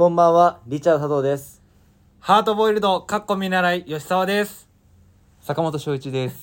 こんばんは、リチャード佐藤です。 ハートボイルド見習い吉沢です。 坂本翔一です。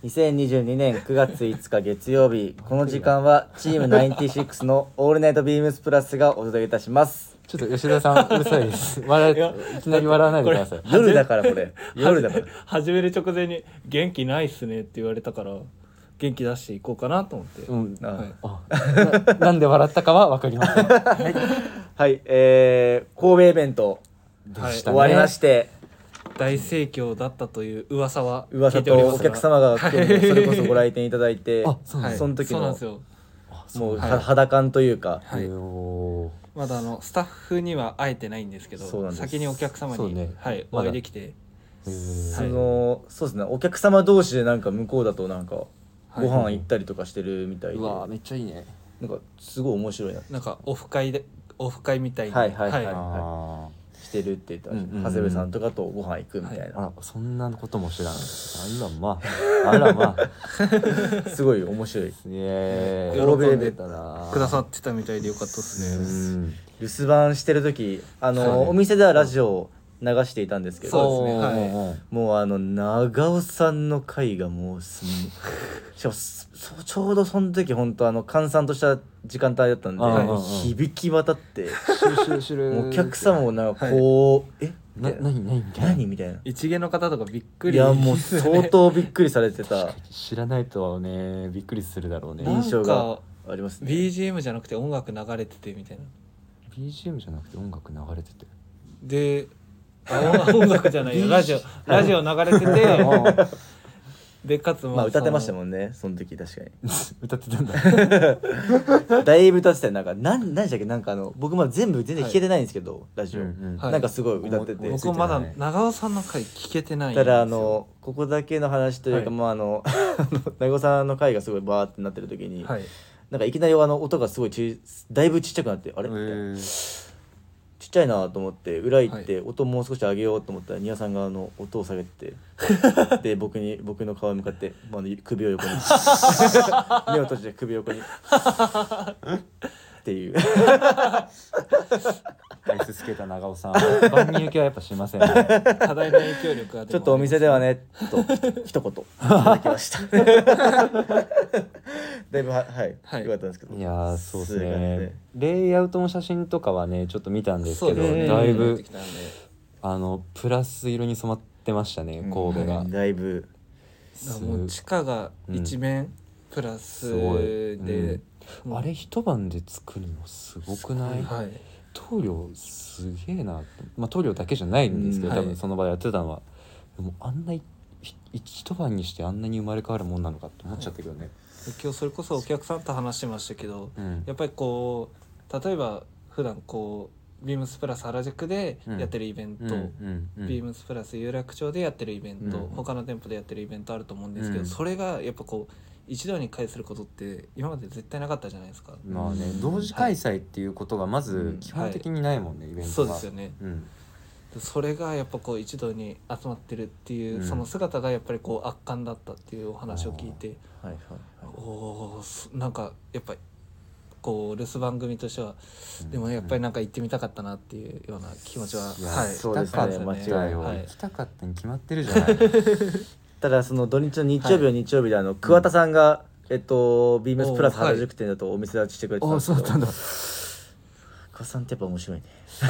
2022年9月5日月曜日、この時間はチーム96のオールナイトビームスプラスがお届けいたします。 ちょっと吉田さんうるさいです。いきなり笑わないでください。 夜だからこれ。夜だから。 始める直前に元気ないっすねって言われたから元気出していこうかなと思って。 なんで笑ったかは分かりません。 はい、神戸イベントでしたね。 終わりまして、 大盛況だったという噂は聞噂いておりますが、 とお客様が今日もそれこそご来店いただいて、 そうなんです。 その時のそうなんですよ。 もう肌感というか、 はい。まだスタッフには会えてないんですけど、先にお客様に、お会いできて、 そうですね、お客様同士でなんか向こうだとなんかご飯行ったりとかしてるみたいで、 うわめっちゃいいね。 なんかすごい面白いな。 なんかオフ会みたいに、 してるって言ったら、長谷部さんとかとご飯行くみたいな。 そんなことも知らない。あらまあすごい面白い。 喜んでくださってたみたいでよかったですね。 留守番してる時お店ではラジオを流していたんですけど、もう長尾さんの回がもうしかもちょうどその時本当閑散とした時間帯だったんで、響き渡ってお客様もなんかこう何みたいな、 一芸の方とかびっくり。 いやもう相当びっくりされてた。 知らないとはねびっくりするだろうね。 印象がありますね。 BGM じゃなくて音楽流れててみたいな。 BGM じゃなくて音楽流れてて、 で音楽じゃないよラジオ流れててでかつ歌ってましたもんねその時。確かに歌ってたんだ。 だいぶ歌ってたよ。なんか何でしたっけ、なんか僕まだ全然聞けてないんですけど、ラジオなんかすごい歌ってて、 僕まだ長尾さんの回聞けてないんですよ。ただここだけの話というか、長尾さんの回がすごいバーってなってる時に、なんかいきなり音がすごいだいぶちっちゃくなって、あれちっちゃいなと思って裏行って音もう少し上げようと思ったら、ニアさんが音を下げてで僕の顔に向かって首を横に目を閉じて首を横にっていうアイススケーター長尾さん万人受けはやっぱしませんね。 多大な影響力が。 ちょっとお店ではねと一言いただきましただいぶよかったんですけど。 いやそうですね。レイアウトの写真とかはねちょっと見たんですけど、だいぶプラス色に染まってましたね、神戸が。 だいぶもう地下が一面プラスで、 あれ一晩で作るのすごくない？塗料すげえな。塗料だけじゃないんですけど、多分その場やってたのはでもあんな一晩にしてあんなに生まれ変わるもんなのかって思っちゃったけどね。 今日それこそお客さんと話してましたけど、やっぱり例えば普段ビームスプラス原宿でやってるイベント、ビームスプラス有楽町でやってるイベント、他の店舗でやってるイベントあると思うんですけど、それがやっぱ一堂に会することって今まで絶対なかったじゃないですか。 まあね、同時開催っていうことがまず基本的にないもんね、イベントは。 そうですよね。それがやっぱ一堂に集まってるっていう、その姿がやっぱり圧巻だったっていうお話を聞いて、なんかやっぱり留守番組としては、でもやっぱりなんか行ってみたかったなっていうような気持ちは、 そうですね、間違いない。 行きたかったに決まってるじゃないただその土日の日曜日は日曜日で桑田さんがビームスプラス原宿店だとお店立ちしてくれてたんですけど、桑田さんってやっぱ面白いね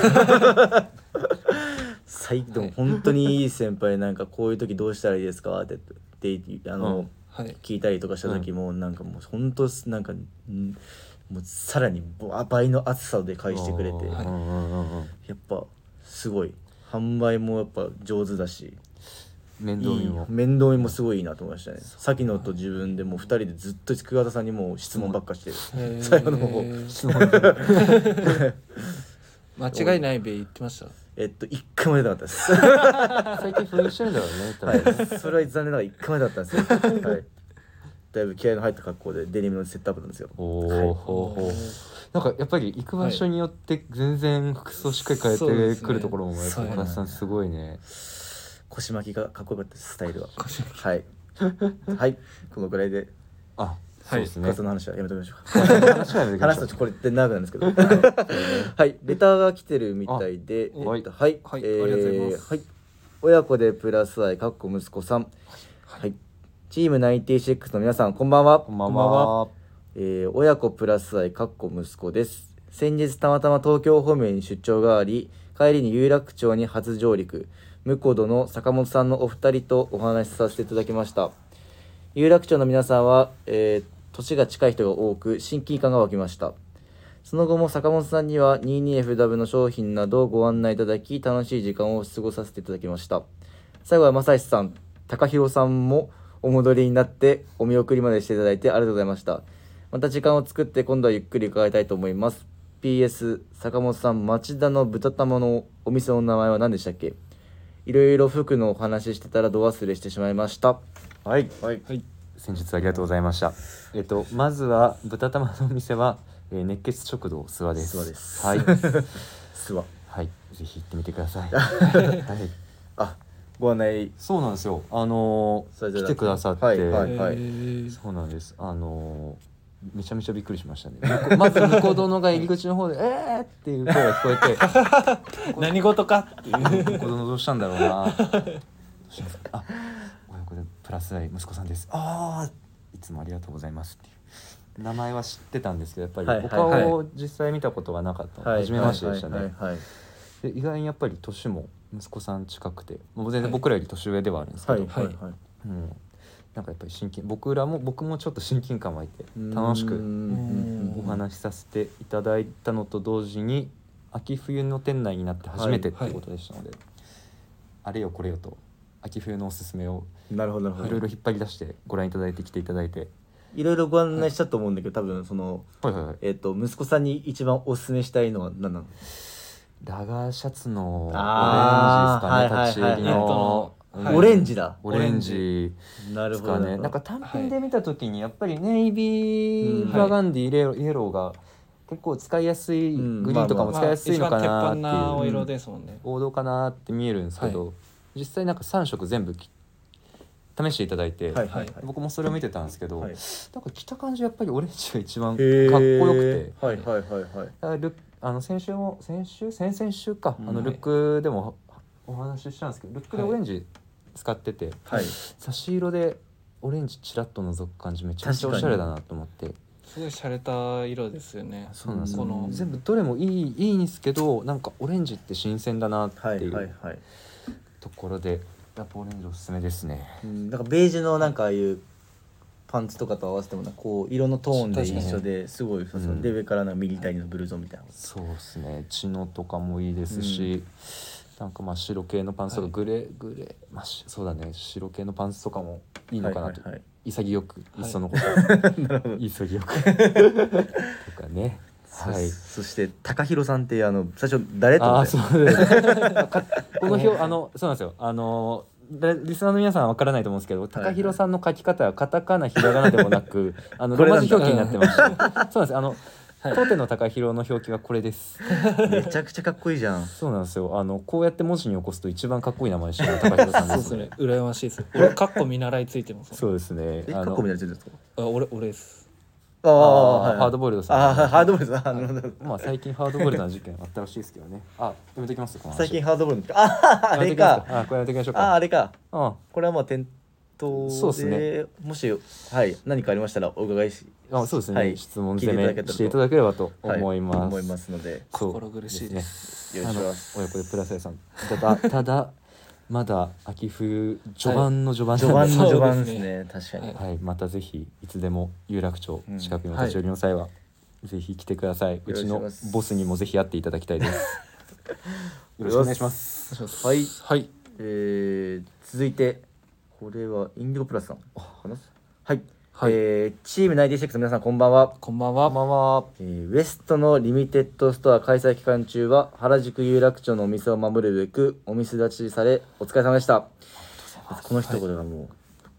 でも本当にいい先輩、なんかこういう時どうしたらいいですかって聞いたりとかした時も、なんかもう本当なんかもうさらに倍の熱さで返してくれて、やっぱすごい販売もやっぱ上手だし、面倒見もすごいいいなと思いましたね。さきのと自分でもう2人でずっと桑田さんにも質問ばっかしてる最後の方間違いないべ言ってました。 1回も出なかったです最近不倫してるんだろうね。 それは残念ながら1回も出なかったんですよだいぶ気合いの入った格好でデニムのセットアップなんですよ。 なんかやっぱり行く場所によって全然服装しっかり変えてくるところもやっぱ岡田さんすごいね。 腰巻きがかっこよかったです、スタイルは。はいこのぐらいで。 そうですね。 その話はやめときましょう。話すとこれって長くなるんですけど。はい、レターが来てるみたいで、 はい、 ありがとうございます。はい、親子でプラス愛かっこ息子さん。はい、チーム96の皆さんこんばんは。 こんばんは。 親子プラス愛かっこ息子です。先日たまたま東京方面に出張があり、帰りに有楽町に初上陸、婿殿坂本さんのお二人とお話しさせていただきました。有楽町の皆さんは、年が近い人が多く親近感が湧きました。その後も坂本さんには 22FW の商品などをご案内いただき、楽しい時間を過ごさせていただきました。最後は正志さん、高弘さんもお戻りになってお見送りまでしていただいてありがとうございました。また時間を作って今度はゆっくり伺いたいと思います。 PS 坂本さん、町田の豚玉のお店の名前は何でしたっけ？いろいろ服のお話してたらど忘れしてしまいました。 はい、先日ありがとうございました。まずは豚玉のお店は、熱血食堂諏訪です。 諏訪です。 はい諏訪、 はい、ぜひ行ってみてください。はい、 あ、ご案内。 そうなんですよ。来てくださって、そうなんです。めちゃめちゃびっくりしましたね。まず婿殿が入り口の方でっていう声が聞こえて何事かっていう婿殿どうしたんだろうな。親子でプラス愛息子さんです。いつもありがとうございますっていう名前は知ってたんですけど、やっぱりお顔を実際見たことがなかったので初めましてでしたね。で意外にやっぱり年も息子さん近くて、もう全然僕らより年上ではあるんですけど、なんかやっぱり僕もちょっと親近感湧いて楽しくお話しさせていただいたのと同時に、秋冬の店内になって初めてっていうことでしたので、あれよこれよと秋冬のおすすめをいろいろ引っ張り出してご覧いただいて来ていただいて、 いろいろご案内したと思うんだけど、多分その、息子さんに一番おすすめしたいのは何なの？ ラガーシャツのオレンジですかね。立ち襟のオレンジだ。 オレンジですかね。なんか単品で見た時にやっぱりネイビー、バーガンディー、イエローが結構使いやすい、グリーンとかも使いやすいのかなっていう、 お色ですもんね。 王道かなって見えるんですけど、実際なんか3色全部試していただいて、僕もそれを見てたんですけど、なんか着た感じやっぱりオレンジが一番かっこよくて、先々週か、ルックでもお話ししたんですけど、ルックでオレンジ使ってて、差し色でオレンジチラッと覗く感じめちゃめちゃおしゃれだなと思って、 すごい洒落た色ですよね。 そうなんですよ。全部どれもいいんですけど、なんかオレンジって新鮮だなっていうところで、やっぱオレンジおすすめですね。 なんかベージュのなんかああいうパンツとかと合わせてもこう色のトーンで一緒ですごい良さそうで、上からなんかミリタリーのブルゾンみたいな。 そうですね。チノとかもいいですし、なんか白系のパンツとかグレー、そうだね、白系のパンツとかもいいのかなと、潔くいっそのこと潔くとかね。 そして高弘さんって最初誰と思って。 そうですこの表そうなんですよ。リスナーの皆さんは分からないと思うんですけど、高弘さんの書き方はカタカナひらがなでもなくローマ字表記になってましてそうなんです。当店の高弘の表記はこれです。 めちゃくちゃかっこいいじゃん。 そうなんですよ。こうやって文字に起こすと一番かっこいい名前してる高弘さんです。 そうですね。羨ましいです。俺カッコ見習いついてます。 そうですね。 カッコ見習いついてるんですか？ 俺です。 ハードボイルドさん。 ハードボイルドさん。 まあ最近ハードボイルドな事件あったらしいですけどね。やめときます。 最近ハードボイルド。あれか。 これやめときましょうか。 あれか。これはまあ店頭そうですね。 もし何かありましたらお伺いし。 そうですね。質問攻めしていただければと思いますので。心苦しいです。 よろしくお願いします。 親子でプラス屋さん。ただまだ秋冬序盤の序盤ですね。確かに。 はい、またぜひいつでも有楽町近くにお立ち寄りの際はぜひ来てください。うちのボスにもぜひ会っていただきたいです。よろしくお願いします。 はい。続いてこれはインディゴプラスさん。はい。チーム96の皆さんこんばんは。 こんばんは。 ウエストのリミテッドストア開催期間中は原宿有楽町のお店を守るべくお店立ちされお疲れ様でした。この一言がもう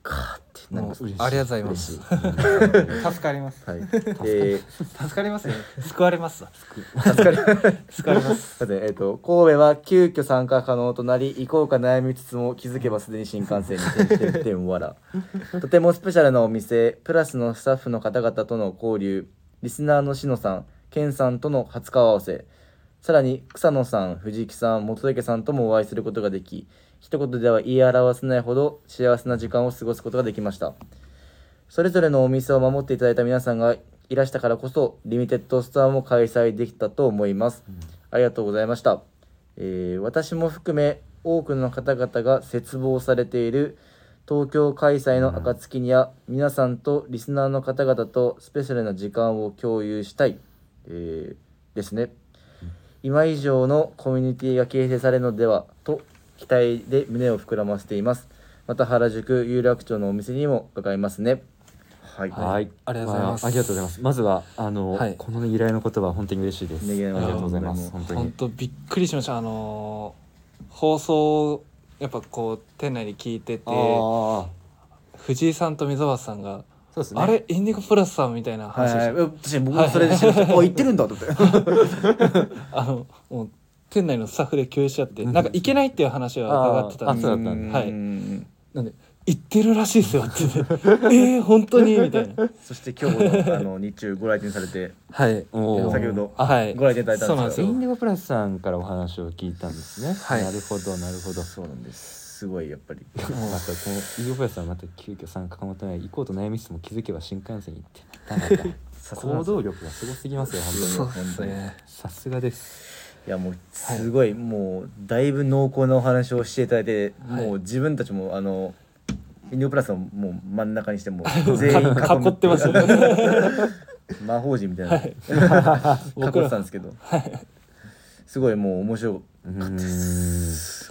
かってなります。 ありがとうございます。助かります。 はい。 助かりますね。救われますわ。 助かります。 さて、神戸は急遽参加可能となり、行こうか悩みつつも気づけばすでに新幹線に転々わら。とてもスペシャルなお店、プラスのスタッフの方々との交流、リスナーのしのさん、ケンさんとの初顔合わせ、さらに草野さん、藤木さん、元池さんともお会いすることができ、一言では言い表せないほど幸せな時間を過ごすことができました。それぞれのお店を守っていただいた皆さんがいらしたからこそ、リミテッドストアも開催できたと思います。ありがとうございました。私も含め多くの方々が切望されている東京開催の暁には、皆さんとリスナーの方々とスペシャルな時間を共有したい、ですね。今以上のコミュニティが形成されるのではと期待で胸を膨らませています。また原宿有楽町のお店にも伺いますね。はい、 はい、ありがとうございます。ありがとうございます。まずはこの依頼の言葉本当に嬉しいです。ありがとうございます。 本当びっくりしました。放送やっぱこう店内に聞いてて、藤井さんと溝端さんがそうですね、あれインディゴプラスさんみたいな話でした。 僕もそれで知りました。言ってるんだと思ってもう店内のスタッフで共有しちゃって、なんか行けないっていう話は伺ってたんです。はい。なんで行ってるらしいですよって本当にみたいな。 そして今日の日中ご来店されて、 はい、 先ほどご来店いただいたんですよ。インディゴプラスさんからお話を聞いたんですね。 はい、 なるほどなるほど。 そうなんです。すごいやっぱりまたこのインディゴプラスさんまた急遽参加が求め行こうと悩みつつも気づけば新幹線に行って行動力がすごすぎますよ本当に。さすがです。 いやもうすごい、もうだいぶ濃厚なお話をしていただいて、もう自分たちもインディゴプラスをもう真ん中にしても全員囲ってますよね。 魔法陣みたいな囲ってたんですけど、すごいもう面白かったです。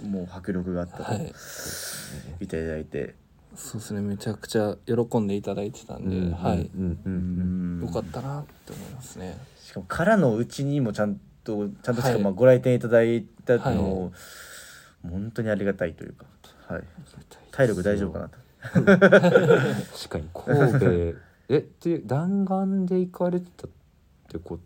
もう迫力があったといただいて、 そうですね、めちゃくちゃ喜んでいただいてたんで、よかったなって思いますね。 しかもからのうちにもちゃんとしかもご来店いただいたのを、本当にありがたいというか、体力大丈夫かなと。 確かに神戸って弾丸で行かれてたってこと？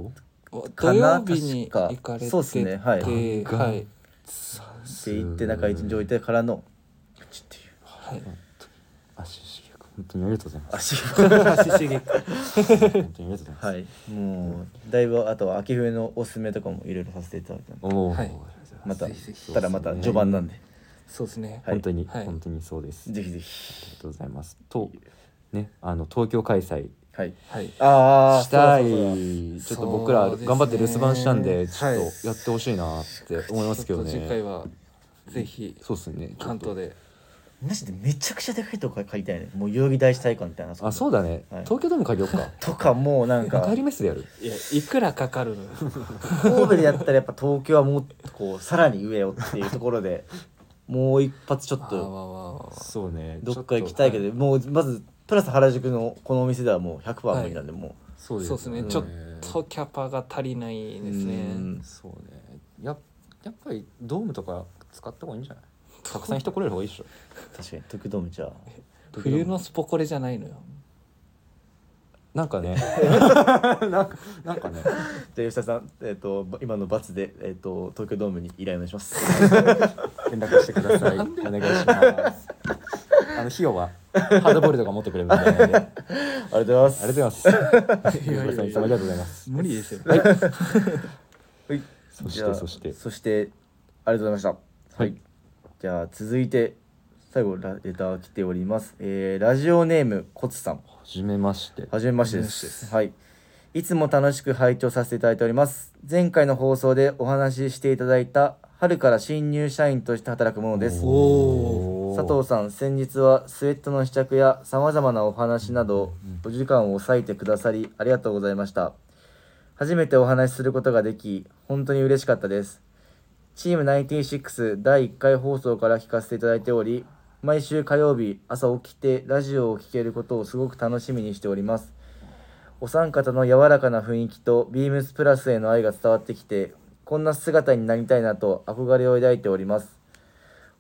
土曜日に行かれてて、 そうですね、はい。 で行って中1日置いてからのプチっていう。 はい。足しげく本当にありがとうございます。 足しげく本当にありがとうございます。 はい。もうだいぶあとは秋冬のおすすめとかもいろいろさせていただいたので、またまた序盤なんで。 そうですね。 本当に本当にそうです。 ぜひぜひ。 ありがとうございます。とね、東京開催。 はいはい、 したい。ちょっと僕ら頑張って留守番したんで、ちょっとやってほしいなって思いますけどね。 次回はぜひそうですね、 関東でマジでめちゃくちゃでかいとこ借りたいね。もう代々木第一体育館みたいな。 そうだね、東京ドーム借りようかとか、もうなんか帰りメスでやる。 いや、いくらかかるの神戸でやったらやっぱ東京はもっとこうさらに上をっていうところでもう一発ちょっとそうね、 どっか行きたいけど、もうまずプラス原宿のこのお店ではもう 100% 無理なんで、もうそうですね、ちょっとキャパが足りないですね。 そうね、やっぱりドームとか使った方がいいんじゃない？たくさん人来れる方がいいでしょ。 確かに東京ドームじゃ冬のスポコレじゃないのよ。 なんかねなんかね。 じゃあ吉田さん、今の罰で、東京ドームに依頼お願いします。 連絡してください。お願いします。費用はハードボイルドが持ってくれるので。ありがとうございます。 ありがとうございます。いつもありがとうございます。 無理ですよ。 はい。そしてありがとうございました。はい。じゃあ続いて最後レター来ております。ラジオネームコツさん。 はじめまして。 はじめましてです。はい。いつも楽しく拝聴させていただいております。前回の放送でお話ししていただいた春から新入社員として働くものです。佐藤さん、先日はスウェットの試着やさまざまなお話などお時間を割いてくださりありがとうございました。初めてお話しすることができ本当に嬉しかったです。チーム96第1回放送から聞かせていただいており、毎週火曜日朝起きてラジオを聴けることをすごく楽しみにしております。お三方の柔らかな雰囲気とビームスプラスへの愛が伝わってきて、こんな姿になりたいなと憧れを抱いております。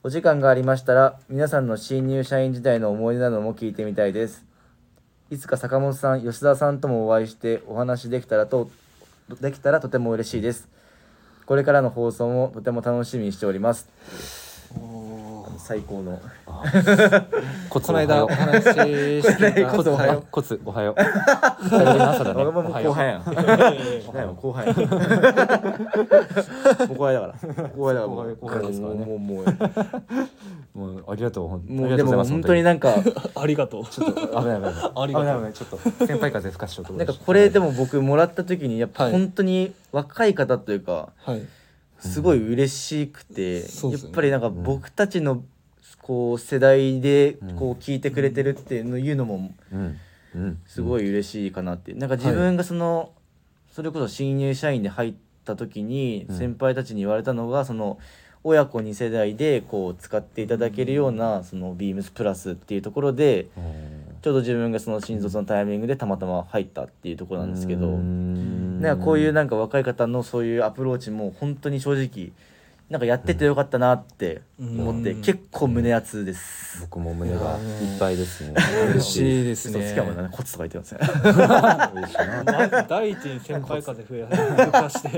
お時間がありましたら皆さんの新入社員時代の思い出なども聞いてみたいです。いつか坂本さん、吉田さんともお会いしてお話できたらとても嬉しいです。これからの放送もとても楽しみにしております。最高のこの間お話ししてたコツおはようコツおはよう火曜日の朝だね。 もう後輩やん後輩もう後輩だから後輩ですからね。 もうありがとう。 もうでも本当になんかありがとう。 ちょっと危ないありがとう。ちょっと先輩風吹かしちゃうとなんかこれでも僕もらった時にやっぱ本当に若い方というかすごい嬉しくて、やっぱりなんか僕たちのこう世代でこう聞いてくれてるっていうのもすごい嬉しいかなって。なんか自分がそれこそ新入社員で入った時に先輩たちに言われたのが、その親子2世代でこう使っていただけるようなそのビームスプラスっていうところでちょうど自分がその新卒のタイミングでたまたま入ったっていうところなんですけど、なんかこういうなんか若い方のそういうアプローチも本当に正直なんかやっててよかったなって思って結構胸熱です。 僕も胸がいっぱいですね。 嬉しいですね。 しかもねコツとか言ってますね。 まず第一に先輩風吹かして。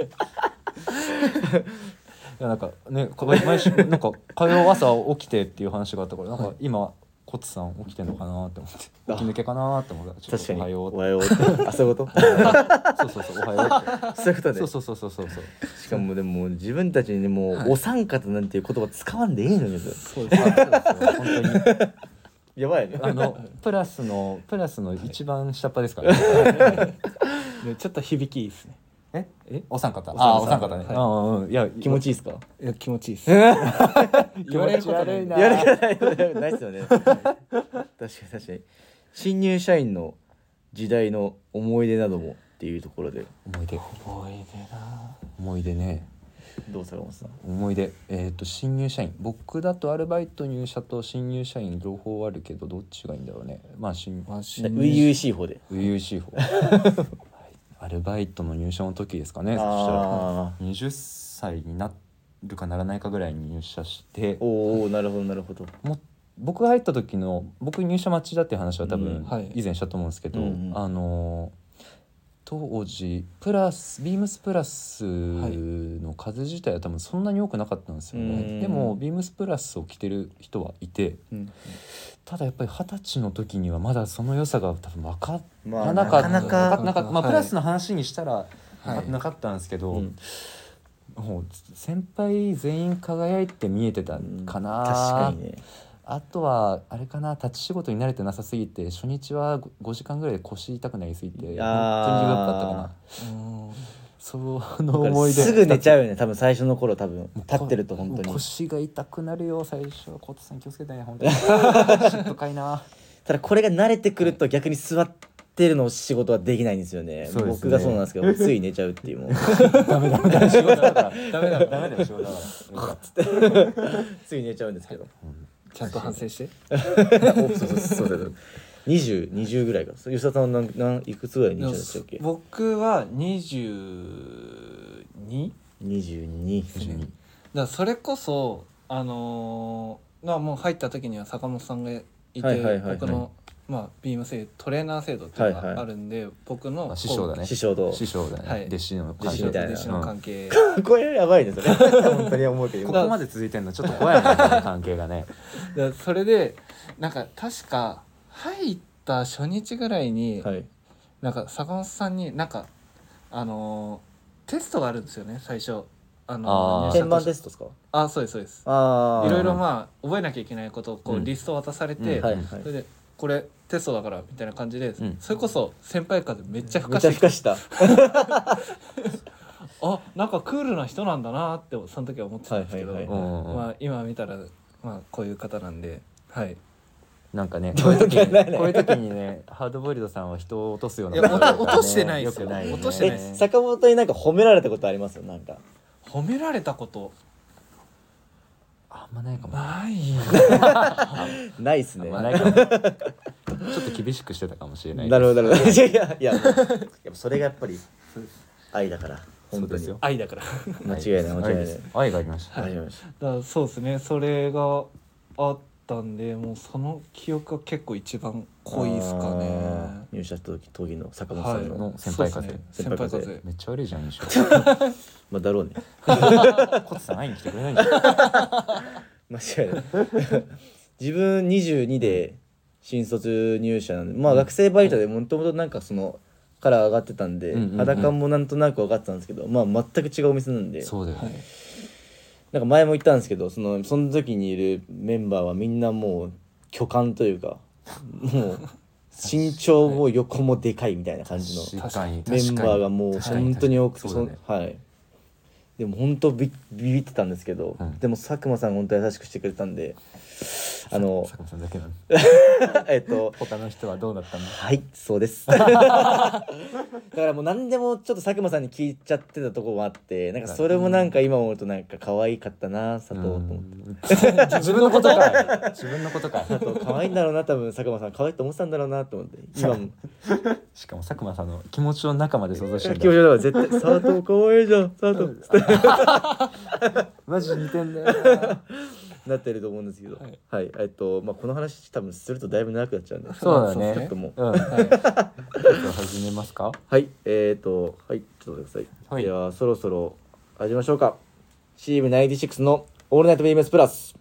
いやなんかね毎週なんか火曜朝起きてっていう話があったからなんか今コツさん起きてんのかなって思って起き抜けかなって思った。 確かにおはようおはようってそういうことそうおはようってそういうことでそうしかもでも自分たちにもうお三方なんていう言葉使わんでいいのにそうです本当にやばいね。 プラスの一番下っ端ですからね。 ちょっと響きいいですね。 お三方お三方ね。いや気持ちいいですか？ いや気持ちいいです。 言われることないな。 言われることないですよね。確かに新入社員の時代の思い出などもっていうところで思い出ね。 どう坂本さん思い出新入社員僕だとアルバイト入社と新入社員両方あるけどどっちがいいんだろうね。まあ初々 しい方で初々しい方アルバイトの入社の時ですかね。そしたら20歳になるかならないかぐらいに入社して、 おおなるほどもう僕が入った時の僕入社待ちだっていう話は多分以前したと思うんですけど、当時ビームスプラスの数自体は多分そんなに多くなかったんですよね。でもビームスプラスを着てる人はいて、ただやっぱり20歳の時にはまだその良さが多分分からなかった。プラスの話にしたらなかったんですけど、もう先輩全員輝いて見えてたかな。 確かにね。 あとはあれかな、立ち仕事に慣れてなさすぎて初日は5時間ぐらいで腰痛くなりすぎて本当にギブアップだったかな。その思い出すぐ寝ちゃうよね多分最初の頃。多分立ってると本当に腰が痛くなるよ最初。コットさん気をつけてね本当にしっとかいな。 ただこれが慣れてくると逆に座ってるの仕事はできないんですよね。僕がそうなんですけどつい寝ちゃうっていうもうダメ仕事だからダメだよ仕事だからつい寝ちゃうんですけど、 ちゃんと反省してそう20ぐらいか。吉田さんはいくつぐらい入社でしたっけ？ 僕は22。だからそれこそもう入った時には坂本さんがいて、僕のビーム制度トレーナー制度っていうのがあるんで、僕の師匠だね師匠と弟子の関係これやばいですよね本当に思うけどここまで続いてんのちょっと怖いな関係がね。 それでなんか確か入った初日ぐらいに、なんか坂本さんになんかテストがあるんですよね最初。 鍵盤テストですか？ そうですいろいろ覚えなきゃいけないことをこうリスト渡されて、それでこれテストだからみたいな感じで、それこそ先輩風めっちゃ吹かしたなんかクールな人なんだなってその時は思ってたんですけど、今見たらこういう方なんで、 なんかねこういう時にねハードボイルドさんは人を落とすような落としてないですよ。落としてない。 坂本になんか褒められたことありますよ？なんか褒められたことあんまないかも。 ないっすね。 ちょっと厳しくしてたかもしれない。 なるほどいややっぱそれがやっぱり愛だから本当に愛だから間違いない間違いない愛がありました、 だからそうですね、それがあったんで、もうその記憶が結構一番濃いですかね。 入社した時の坂本さんの先輩風、 先輩風めっちゃ悪いじゃん印象まあだろうねコツさん会いに来てくれないんじゃん間違いない自分22で新卒入社なんで、まあ学生バイトでもともとなんかそのから上がってたんで、裸もなんとなく分かってたんですけど、まあ全く違うお店なんで、 そうだよね、 なんか前も言ったんですけど、その時にいるメンバーはみんなもう巨漢というか、もう身長も横もでかいみたいな感じのメンバーがもう本当に多くて、はい。でも本当ビビってたんですけど、でも佐久間さんが本当優しくしてくれたんで、 佐久間さんだけなの他の人はどうだったの？ はい、そうですだからもう何でもちょっと佐久間さんに聞いちゃってたところもあって、なんかそれもなんか今思うとなんか可愛かったな佐藤と思って自分のことかい自分のことかい佐藤可愛いんだろうな、多分佐久間さん可愛いと思ってたんだろうなと思って今もしかも佐久間さんの気持ちの中まで想像してるんだ。 気持ちの中絶対佐藤可愛いじゃん佐藤マジ似てんだよなってると思うんですけど、はい、まあこの話多分するとだいぶ長くなっちゃうんで、 そうだね。 ちょっともう、 始めますか。 はい、はい、ちょっと待ってください。ではそろそろ始めましょうか。CM96のオールナイトビームスプラス。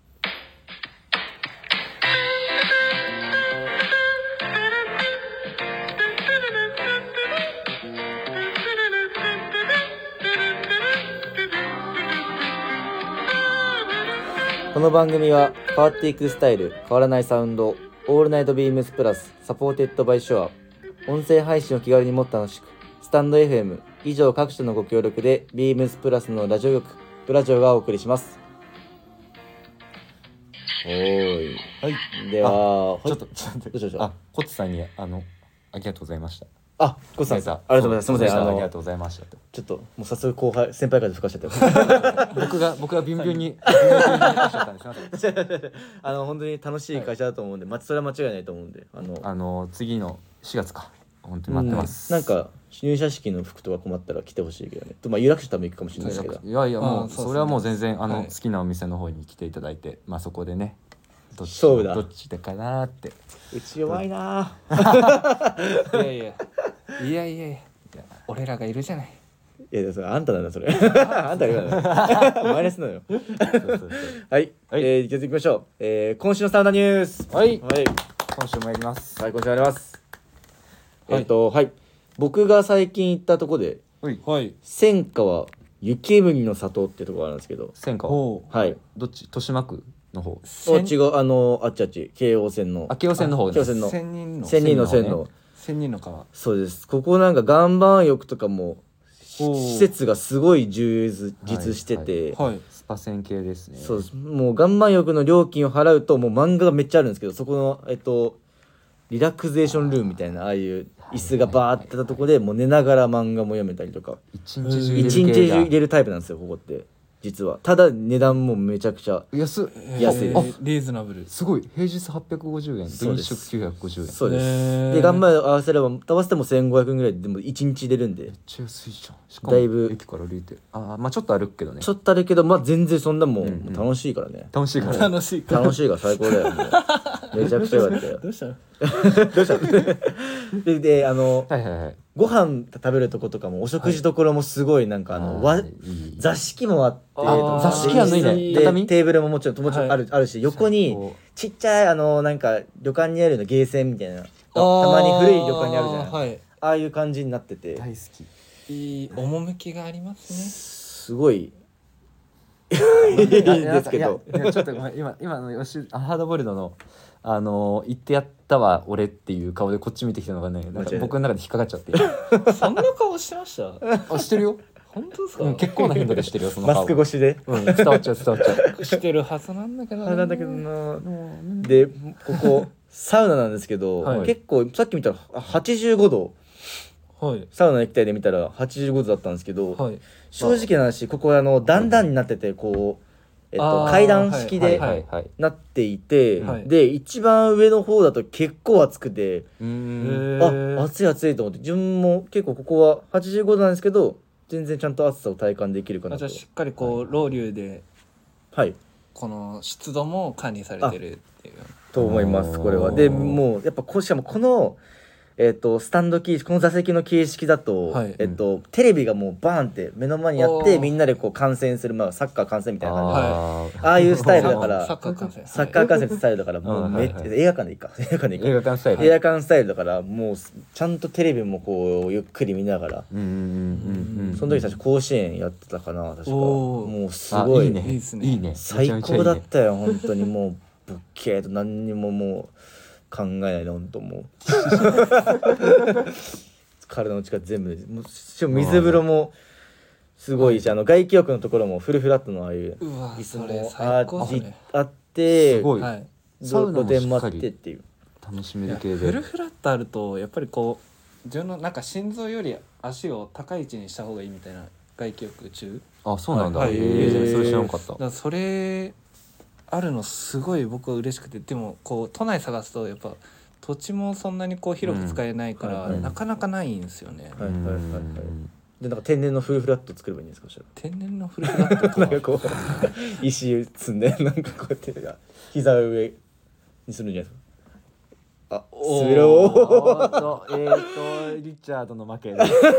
この番組は変わっていくスタイル、変わらないサウンド、オールナイトビームスプラス、サポーテッドバイショア、音声配信を気軽にもっと楽しく、スタンド FM 以上各種のご協力でビームスプラスのラジオ局ブラジオがお送りします。はい。では、 ちょっとどうしよう。コツさんにありがとうございました。 コツさん、ありがとうございます。すみません、 ありがとうございました。 ちょっともう早速先輩風吹かしちゃったよ。 僕がビンビンに吹かしちゃったんですよ。 本当に楽しい会社だと思うんで、それは間違いないと思うんで、 次の4月か。本当に待ってます。 なんか入社式の服とか困ったら来てほしいけどね。まあ有楽町多分行くかもしれないですけど。 いやもうそれはもう全然好きなお店の方に来ていただいて、まあそこでね、どっちだかなって。 うち弱いな。 いや俺らがいるじゃない。 いやそれあんたなんだそれ。あんたが言うな。マイナスなのよ。はい。じゃあ行きましょう。今週のサウナニュース。 はい。今週もやります。 はい、今週もやります。はい。僕が最近行ったとこで、千川雪国の里ってとこがあるんですけど。 千川。 はい。 どっち？豊島区の方。 違う、あっち京王線の。 京王線の方です。 千人の川。 そうです。ここなんか岩盤浴とかも施設がすごい充実してて、 スパ線系ですね。 そうです。もう岩盤浴の料金を払うともう漫画がめっちゃあるんですけど、そこのリラクゼーションルームみたいなああいう椅子がバーってたとこでもう寝ながら漫画も読めたりとか、 一日中入れるタイプなんですよここって。実はただ値段もめちゃくちゃ安いです。 リーズナブル。 すごい。平日850円、土日祝950円。 そうです。で頑張合わせれば合わせても1500円ぐらいでも1日出るんでめっちゃ安いじゃん。しかもだいぶ駅から歩いてまあちょっと歩くけどね。 ちょっとあるけど全然そんなもん楽しいからね。 楽しいから最高だよ。めちゃくちゃよかったよ。 どうしたのでご飯食べるとことかもお食事どころもすごいなんか座敷もあって、 座敷は脱いで畳テーブルももちろんあるし、横にちっちゃいなんか旅館にあるのゲーセンみたいな、たまに古い旅館にあるじゃない。ああいう感じになってて大好き。 いい趣がありますね。 すごいですけど、 ちょっと今のハードボイルドの言ってやったわ俺っていう顔でこっち見てきたのがね、なんか僕の中で引っかかっちゃって。 そんな顔してました？ してるよ。 本当ですか？ 結構な頻度でしてるよその顔。 マスク越しで伝わっちゃうしてるはずなんだけどな。でここサウナなんですけど、結構さっき見たら85度、サウナ液体で見たら85度だったんですけど、正直な話ここ段々になっててこう階段式でなっていて、で一番上の方だと結構暑くて、暑いと思って、自分も結構ここは85度なんですけど全然ちゃんと暑さを体感できるかなと。 じゃあしっかりこうロウリュではいこの湿度も管理されてるっていうと思いますこれは。でもうやっぱしかもこのスタンド形式、この座席の形式だと、 はいテレビがもうバーンって目の前にあってみんなでこう観戦する、まあ、サッカー観戦みたいな感じで、ああいうスタイルだからサッカー観戦サッカー観戦スタイルだからもう映画館でいいか映画館でいいか映画館スタイル映画館スタイルだからもうちゃんとテレビもこうゆっくり見ながら、その時確か甲子園やってたかな確か。もうすごいいいねいいですねいいね最高だったよ本当にもうぶっけーと何にももう考えないで本当もう体の力全部でもうしかも水風呂もすごいし、外気浴のところもフルフラットのああいう椅子もあってすごい、 サウナもしっかりっていう楽しめる系でフルフラットあるとやっぱりこう自分のなんか心臓より足を高い位置にした方がいいみたいな外気浴中あそうなんだ、 はいそれ知らなかった。 だからそれあるのすごい僕は嬉しくて、でもこう都内探すとやっぱ土地もそんなにこう広く使えないから、なかなかないんですよね。 でなんか天然のフルフラット作ればいいんですか。 天然のフルフラットとなんかこう石積んでなんかこうやって膝上にするんじゃないですか。あ、滑ろう。 リチャードの負け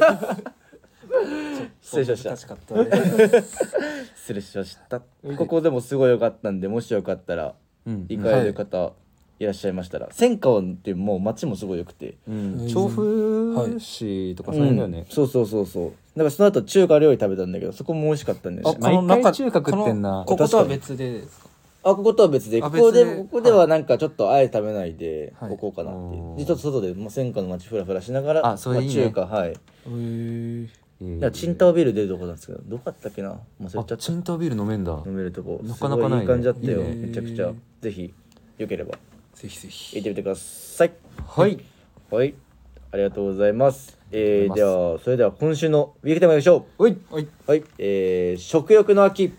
失礼しました。 難しかったです。 失礼しました。ここでもすごい良かったんで、もしよかったら行かれる方いらっしゃいましたら、千川ってもう街もすごい良くて、 調布市とかそういうのだよね。 そうだからその後中華料理食べたんだけど、そこも美味しかったんでね。 毎回中華食ってんな。 こことは別でですか。 こことは別で、ここではなんかちょっとあえて食べないでここかなっていう。でちょっと外で千川の街フラフラしながら、中華チンタオビール出るとこなんですけど、どこだったっけな、 チンタオビール飲めんだ。 飲めるとこなかなかないね。 いい感じだったよ。めちゃくちゃぜひよければぜひ行ってみてください。 はいありがとうございます。ではそれでは今週のウィークテーマでしょう。食欲の秋。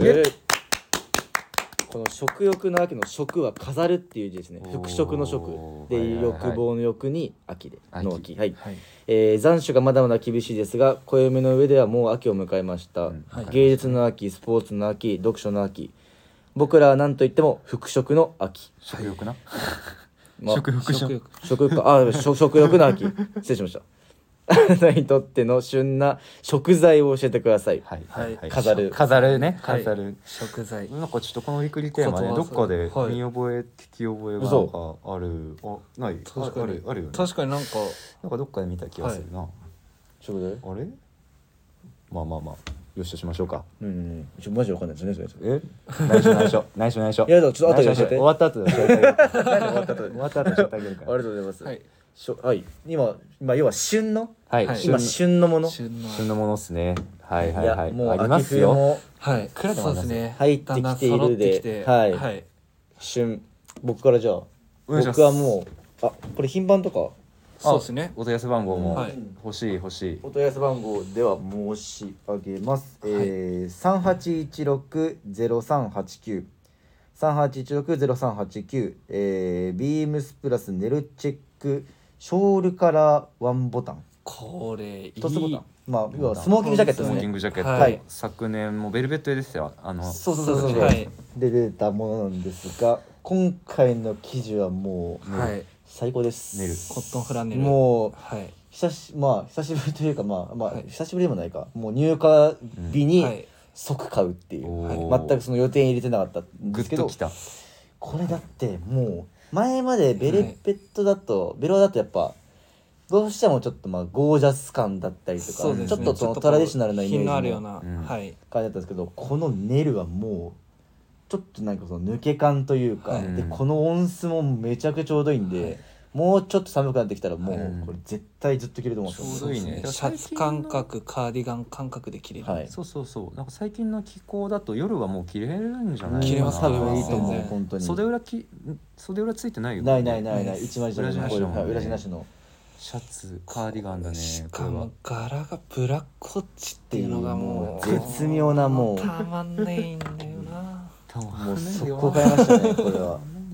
この食欲の秋の食は飾るっていう字ですね。服飾の食で欲望の欲に秋での秋。残暑がまだまだ厳しいですが、暦の上ではもう秋を迎えました。芸術の秋、スポーツの秋、読書の秋、僕らは何と言っても服飾の秋。 食欲な、 食欲の秋。失礼しました。あなたにとっての旬な食材を教えてください。飾るね、飾る食材。 なんかちょっとこのウィークリーテーマね、どっかで見覚え聞き覚えがなんかある。ない？あるよね。 確かになんかどっかで見た気がするな。 食材？ あれ？まあよしとしましょうか。 マジわかんないですねそれ。 内緒。 いやちょっと後で教えて。 終わった後で教えてあげるから。 終わった後で教えてあげるから。 ありがとうございます。今要は旬の今旬のものっすね。 もうありますよ。 そうですね。 入ってきているで、旬。僕からじゃあ僕はもうこれ品番とかそうですね。 お問い合わせ番号も欲しい。 お問い合わせ番号では申し上げます。3816-0389 3816-0389、ビームスプラスネルチェックショールカラーワンボタン、 これいいトスボタン、要はスモーキングジャケットですね。 スモーキングジャケット、昨年もベルベットですよ。 そうで出たものなんですが、今回の生地はもう最高です。 コットンフラネル、 もう久しぶりというか久しぶりでもないか、もう入荷日に即買うっていう、全くその予定に入れてなかったんですけど、これだってもう前までベルベットだと、ベロだとやっぱどうしてもちょっとゴージャス感だったりとか、ちょっとそのトラディショナルなイメージの感じだったんですけど、このネルはもうちょっとなんかその抜け感というか、でこの音数もめちゃくちゃちょうどいいんで、もうちょっと寒くなってきたらもうこれ絶対ずっと着れると思うんですよ。 ちょうどいいね。 シャツ感覚、カーディガン感覚で着れる。 そうなんか最近の気候だと夜はもう着れるんじゃない？ 着れます。 多分いいと思う本当に。 袖裏ついてないよ。 ない一枚じゃない、裏地なしのシャツカーディガンだね。 しかも柄がブラックホッチっていうのがもう絶妙な、もうたまんないんだよな。 もうそこ買いましたねこれは。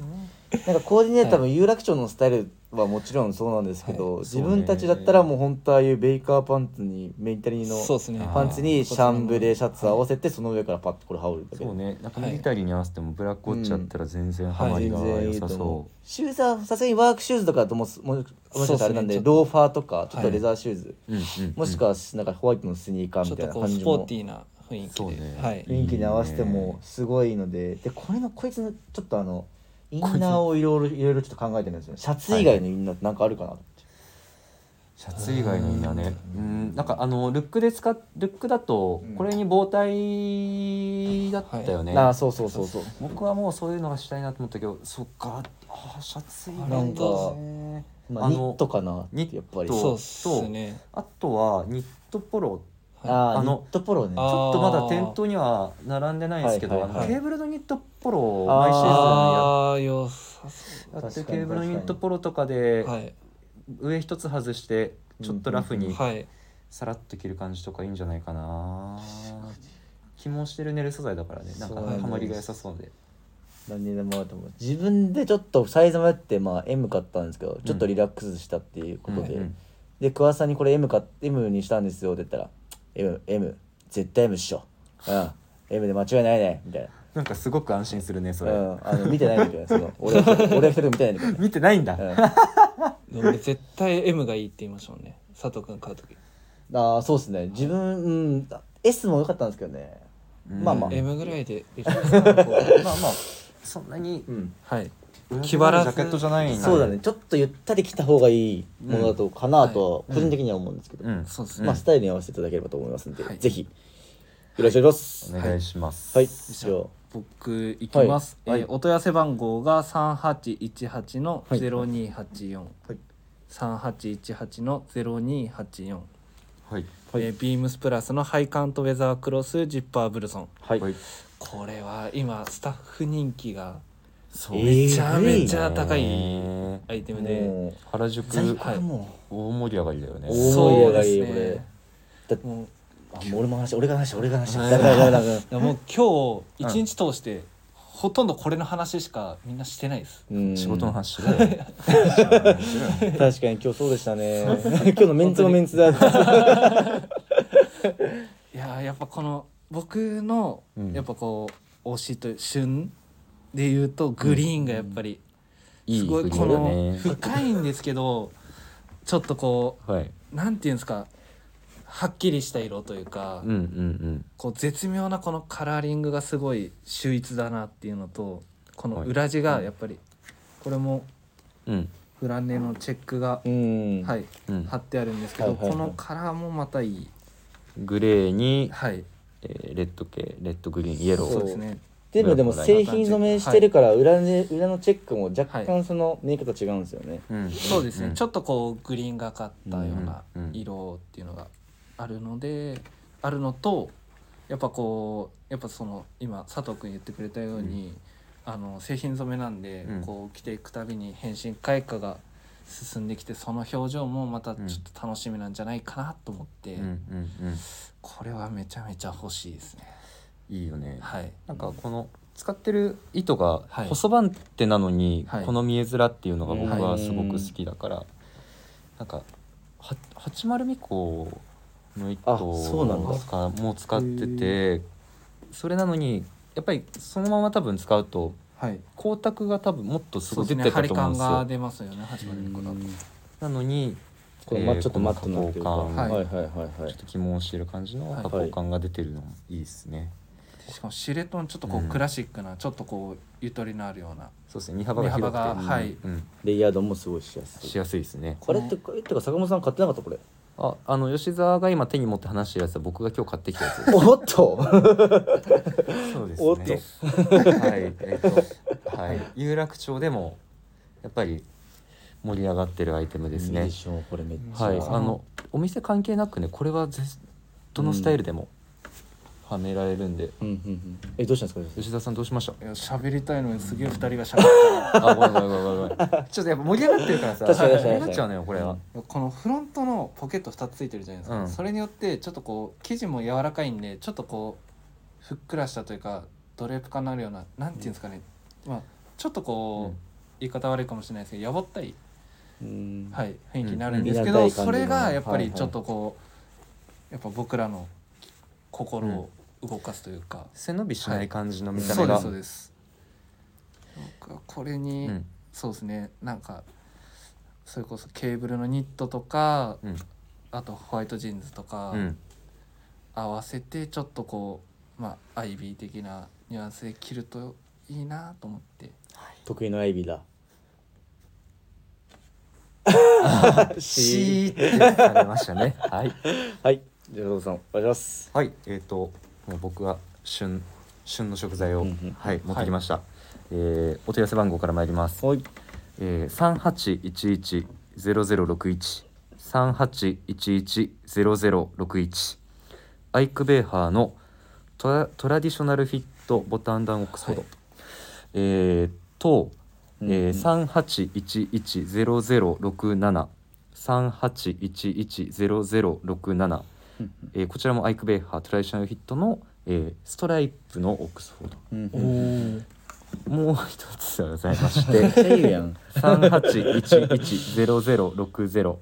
なんかコーディネーターも有楽町のスタイルはもちろんそうなんですけど、自分たちだったらもう本当ああいうベイカーパンツにメイタリーのパンツにシャンブレーシャツ合わせて、その上からパッとこれ羽織るだけで、 そうね、なんかミリタリーに合わせてもブラックウォッチあったら全然ハマりが良さそう。 シューズはさすがにワークシューズとかだともしかしたらあれなんで、ローファーとかちょっとレザーシューズ、もしくはなんかホワイトのスニーカーみたいな感じもスポーティーな雰囲気で、 雰囲気に合わせてもすごいので、こいつのちょっとインナーをいろいろちょっと考えてるんですよね。シャツ以外のインナーってなんかあるかなって。 シャツ以外のインナーね、なんかルックだとこれに防体だったよね、 そう僕はもうそういうのがしたいなと思ったけど、そっか、シャツ以外なんかニットかな、やっぱりそうっすね。 あとはニットポロ、 ニットポロね、 ちょっとまだ店頭には並んでないんですけど、ケーブルのニットポロを毎シーズンやってケーブルのニットポロとかで、上一つ外してちょっとラフにさらっと着る感じとかいいんじゃないかな。起毛してるネル素材だからね、なんかハマりが良さそうで。 何にでもあると思う。自分でちょっとサイズもやって、M 買ったんですけど、ちょっとリラックスしたっていうことで、で桑田さんにこれ M にしたんですよって言ったら、M 絶対 M っしょ、M で間違いないねみたいな。 なんかすごく安心するねそれ。 見てないんだけど、その俺は一人見てないんだけど。 見てないんだ。 俺絶対 M がいいって言いましたもんね、佐藤君買う時。 そうですね。自分、S も良かったんですけどね。 M ぐらいでいいまあそんなに気張らずジャケットじゃないんそうだね。ちょっとゆったり着た方がいいものだとかなと個人的には思うんですけど、 そうですね。 スタイルに合わせていただければと思いますので、ぜひよろしくお願いします。 お願いします。 はい。 じゃあ僕いきます。お問い合わせ番号が3818の0284、3818の0284。 はい。 ビームスプラスのハイカントウェザークロスジッパーブルゾン。 はい。 これは今スタッフ人気がめちゃめちゃ高いアイテムで、 原宿大盛り上がりだよね。 大盛り上がりこれ。俺が話もう今日一日通してほとんどこれの話しかみんなしてないです。 仕事の話しろよ。確かに今日そうでしたね。今日のメンツもメンツだ。 いややっぱこの僕のやっぱこう推しと旬で言うとグリーンがやっぱりすごいこの深いんですけど、ちょっとこうなんていうんですか、はっきりした色というか、こう絶妙なこのカラーリングがすごい秀逸だなっていうのと、この裏地がやっぱりこれもフランネのチェックが貼ってあるんですけど、このカラーもまたいい。 グレーにレッドグリーンイエロー。 そうですね。 でも製品染めしてるから裏のチェックも若干その見え方違うんですよね。 そうですね。ちょっとこうグリーンがかったような色っていうのがあるのと、やっぱその今佐藤君言ってくれたように、製品染めなんで、こう着ていくたびに変身開花が進んできて、その表情もまたちょっと楽しみなんじゃないかなと思って、これはめちゃめちゃ欲しいですね。 いいよね。なんかこの使ってる糸が細番手なのにこの見えづらっていうのが僕はすごく好きだから、なんか80ミコの糸も使ってて、それなのにやっぱりそのまま多分使うと光沢が多分もっとすごい出てたと思うんですよ。 張り感が出ますよね、80ミコだと。 なのにちょっとマットなっていうか、 ちょっと起毛してる感じの加工感が出てるのもいいですね。 しかもシルエットのちょっとこうクラシックな、ちょっとこうゆとりのあるような、 そうですね、身幅が広くて、 レイヤードもすごいしやすいですね。これってか坂本さん買ってなかったこれ？ 吉沢が今手に持って話してるやつは僕が今日買ってきたやつです。 おっとそうですね。有楽町でもやっぱり盛り上がってるアイテムですね。 これめっちゃお店関係なくね、これはどのスタイルでもはめられるんで。 どうしたんですか吉田さん、どうしました？ いや喋りたいのにすげえ2人が喋ってた。 ごめんちょっとやっぱ盛り上がってるからさ、盛り上がっちゃうのよこれは。 このフロントのポケット2つついてるじゃないですか、それによってちょっとこう生地も柔らかいんで、ちょっとこうふっくらしたというかドレープ感のあるような、なんていうんですかね、ちょっとこ言い方悪いかもしれないですけどやぼったい、はい、雰囲気になるんうんですけど、 うんそれがやっぱりちょっとこうやっぱ僕らの心を動かすというか、 背伸びしない感じの見たそうで目が、 すそうです。僕はこれに、そうですね、なんかそれこそケーブルのニットとか、あとホワイトジーンズとか、合わせてちょっとこうアイビー的なニュアンスで着るといいなと思って、 得意のアイビーだ。 シーってされましたね。はいはい、じゃあローさんお願いします。 はい、もう僕は旬の食材を、はい、持ってきました。お問い合わせ番号から参ります。 はい。 38110061 38110061アイクベーハーのトラディショナルフィットボタンダウンオックスフォード、38110067 38110067、こちらもアイクベーハートラディショナルフィットの、ストライプのオックスフォード、もう一つございまして38110060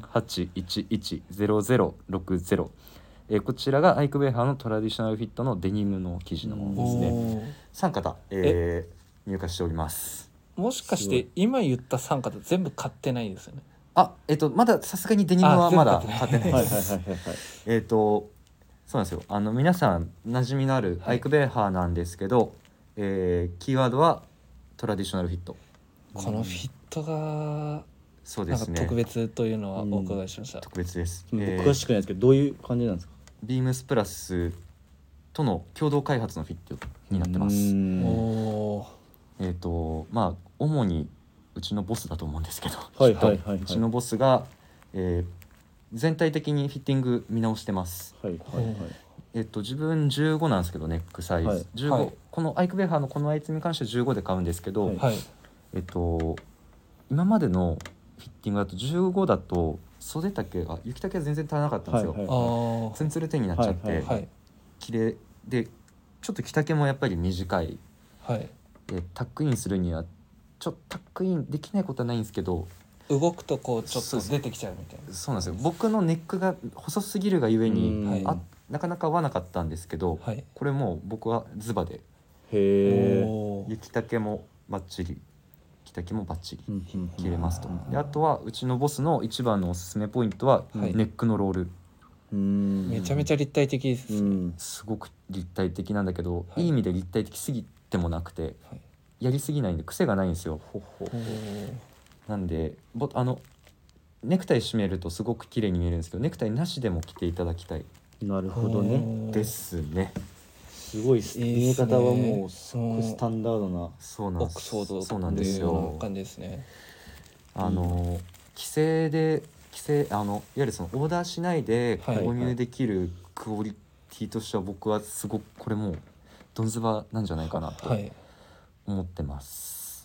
38110060、こちらがアイクベーハーのトラディショナルフィットのデニムの生地のものですね。3型、入荷しております。 もしかして今言った3型全部買ってないですよね。 まださすがにデニムはまだ買ってないです。そうなんですよ。皆さん馴染みのあるアイクベーハーなんですけど、キーワードはトラディショナルフィット。 このフィットがそうですね、 なんか特別というのはお伺いしました。 特別です。 僕詳しくないですけど、どういう感じなんですか？ ビームスプラスとの共同開発のフィットになってます。主にうちのボスだと思うんですけど、うちのボスが、全体的にフィッティング見直してます。自分15なんですけど、ネックサイズ、15、このアイクベーハーのこのアイテムに関しては15で買うんですけど、今までのフィッティングだと15だと袖丈が雪丈が全然足らなかったんですよ。ツンツルテンになっちゃって、綺麗で、ちょっと着丈もやっぱり短い、タックインするにはちょっとタックインできないことはないんですけど、 動くとこうちょっと出てきちゃうみたいな。 そうなんですよ。僕のネックが細すぎるがゆえに、なかなか合わなかったんですけど、これも僕はズバで、雪丈もバッチリ、着丈もバッチリ着れますと。で、あとはうちのボスの一番のおすすめポイントは、ネックのロール。 めちゃめちゃ立体的です。 すごく立体的なんだけど、いい意味で立体的すぎてもなくて、やりすぎないんで癖がないんですよ。なんでネクタイ締めるとすごく綺麗に見えるんですけど、ネクタイなしでも着ていただきたい。 なるほどね。 ですね。 すごい見え方はもうすごいスタンダードなオックスフォードっていうような感じですね。 規制でいわゆるそのオーダーしないで購入できるクオリティとしては、僕はすごくこれもうドンズバなんじゃないかなと思ってます。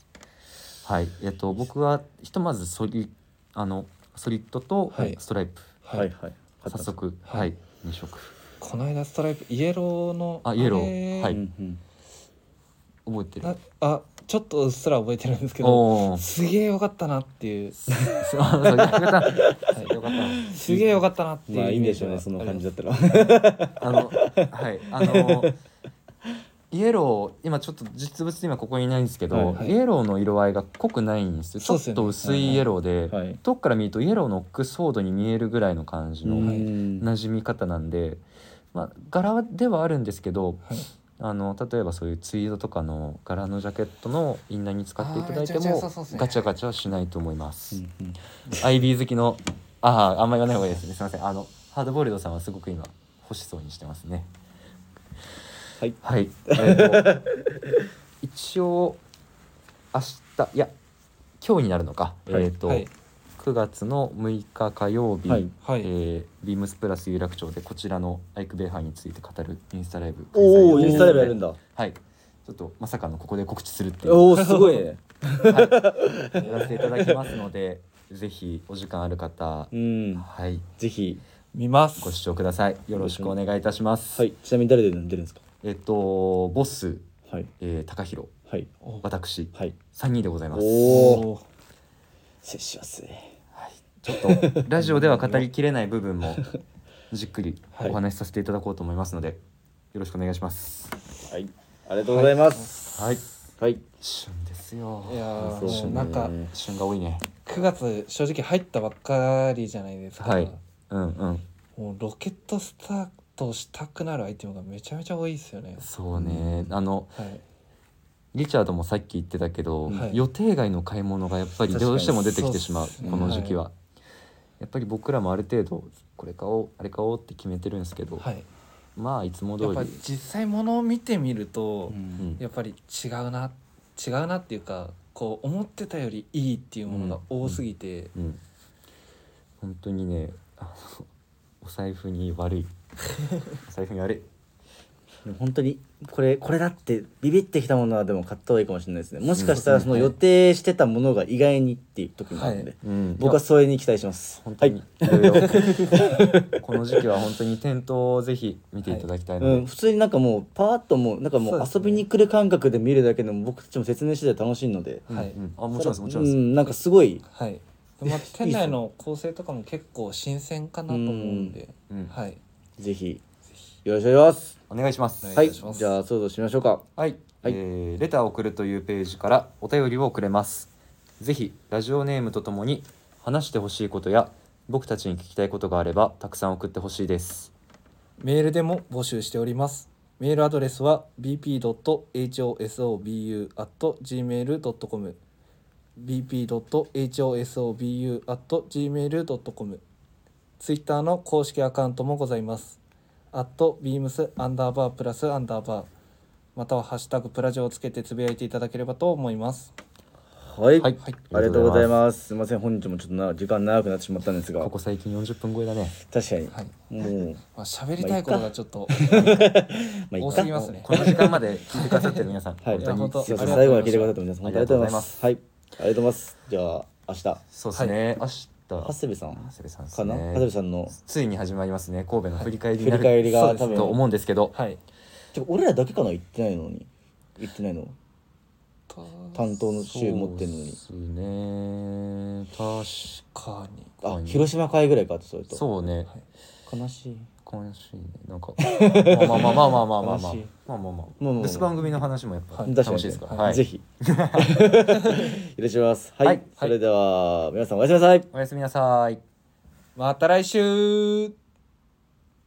はい、僕はひとまずソリッドとストライプ、早速2色。 この間ストライプイエローのイエロー、覚えてる？ ちょっとうっすら覚えてるんですけど、すげえよかったなっていう。すげえよかったなっていう。 いいんでしょうね、その感じだったら。 イエロー、今ちょっと実物今ここにいないんですけど、イエローの色合いが濃くないんですよ。ちょっと薄いイエローで、遠くから見るとイエローのオックスフォードに見えるぐらいの感じの馴染み方なんで、柄ではあるんですけど、例えばそういうツイードとかの柄のジャケットのインナーに使っていただいてもガチャガチャはしないと思います。IB 好きのあんまり言わない方がいいですね。すいません。ハードボイルドさんはすごく今欲しそうにしてますね。はい、一応今日になるのか、9月の6日火曜日、ビームスプラス有楽町でこちらのアイクベーハーについて語るインスタライブ。 インスタライブやるんだ。 はい、ちょっとまさかのここで告知するっていう。 すごいね。 やらせていただきますので、ぜひお時間ある方、 ぜひ見ます。 ご視聴ください。よろしくお願いいたします。 ちなみに誰で出るんですか？ ボス、高弘、 はい、 私、 はい、 3人でございます。 おお、接しやすい。 ちょっとラジオでは語りきれない部分もじっくりお話しさせていただこうと思いますので、よろしくお願いします。 はい、ありがとうございます。 はい、 はい、 旬ですよ。 いやそうなんか旬が多いね。 9月正直入ったばっかりじゃないですか。 はい、うんうん。 もうロケットスタートしたくなるアイテムがめちゃめちゃ多いですよね。 そうね、 はい、 リチャードもさっき言ってたけど、 はい、 予定外の買い物がやっぱりどうしても出てきてしまう、 確かにこの時期は、 はい、 やっぱり僕らもある程度これ買おうあれ買おうって決めてるんですけど、 はい、 まあいつも通りやっぱり実際物を見てみると、 うん、 やっぱり違うなっていうか、こう思ってたよりいいっていうものが多すぎて、 本当にね、お財布に悪いお財布に悪い。 本当にこれだってビビってきたものはでも買った方がいいかもしれないですね。もしかしたらその予定してたものが意外にっていう時もあるんで、僕はそれに期待します。 本当にいろいろこの時期は本当に店頭をぜひ見ていただきたいので、 普通になんかもうパーッともうなんかもう遊びに来る感覚で見るだけでも僕たちも説明してて楽しいので、 あ、もちろんですもちろんです、 なんかすごい、 はい、店内の構成とかも結構新鮮かなと思うんで、はい、 ぜひよろしくお願いします。 お願いします。 はい、じゃあそろそろしましょうか。 はい、レターを送るというページからお便りをくれます。ぜひラジオネームとともに話してほしいことや僕たちに聞きたいことがあればたくさん送ってほしいです。 メールでも募集しております。メールアドレスは bp.hosobu@gmail.com bp.hosobu@gmail.com ツイッターの公式アカウントもございます。@beams_+_ またはハッシュタグプラジオをつけてつぶやいていただければと思います。 はい、ありがとうございます。すみません、本日もちょっと時間長くなってしまったんですが、 ここ最近40分超えだね。 確かに、もう喋りたいことがちょっと多すぎますね。 この時間まで聞いてくださってる皆さん、 本当に最後まで聞いてくださって皆さん本当にありがとうございます。はい、ありがとうございます。じゃあ明日、 そうですね、明日長谷部さんかな、長谷部さんのついに始まりますね、神戸の振り返りが多分と思うんですけど、 俺らだけかな、行ってないの担当の週持ってるのに。そうですね、確かに。 広島会ぐらいかと。それとそうね、 悲しいね、 なんかまあ別番組の話もやっぱ楽しいですから、 ぜひよろしくお願いします。はい、それでは皆さんおやすみなさい。 おやすみなさい。 また来週。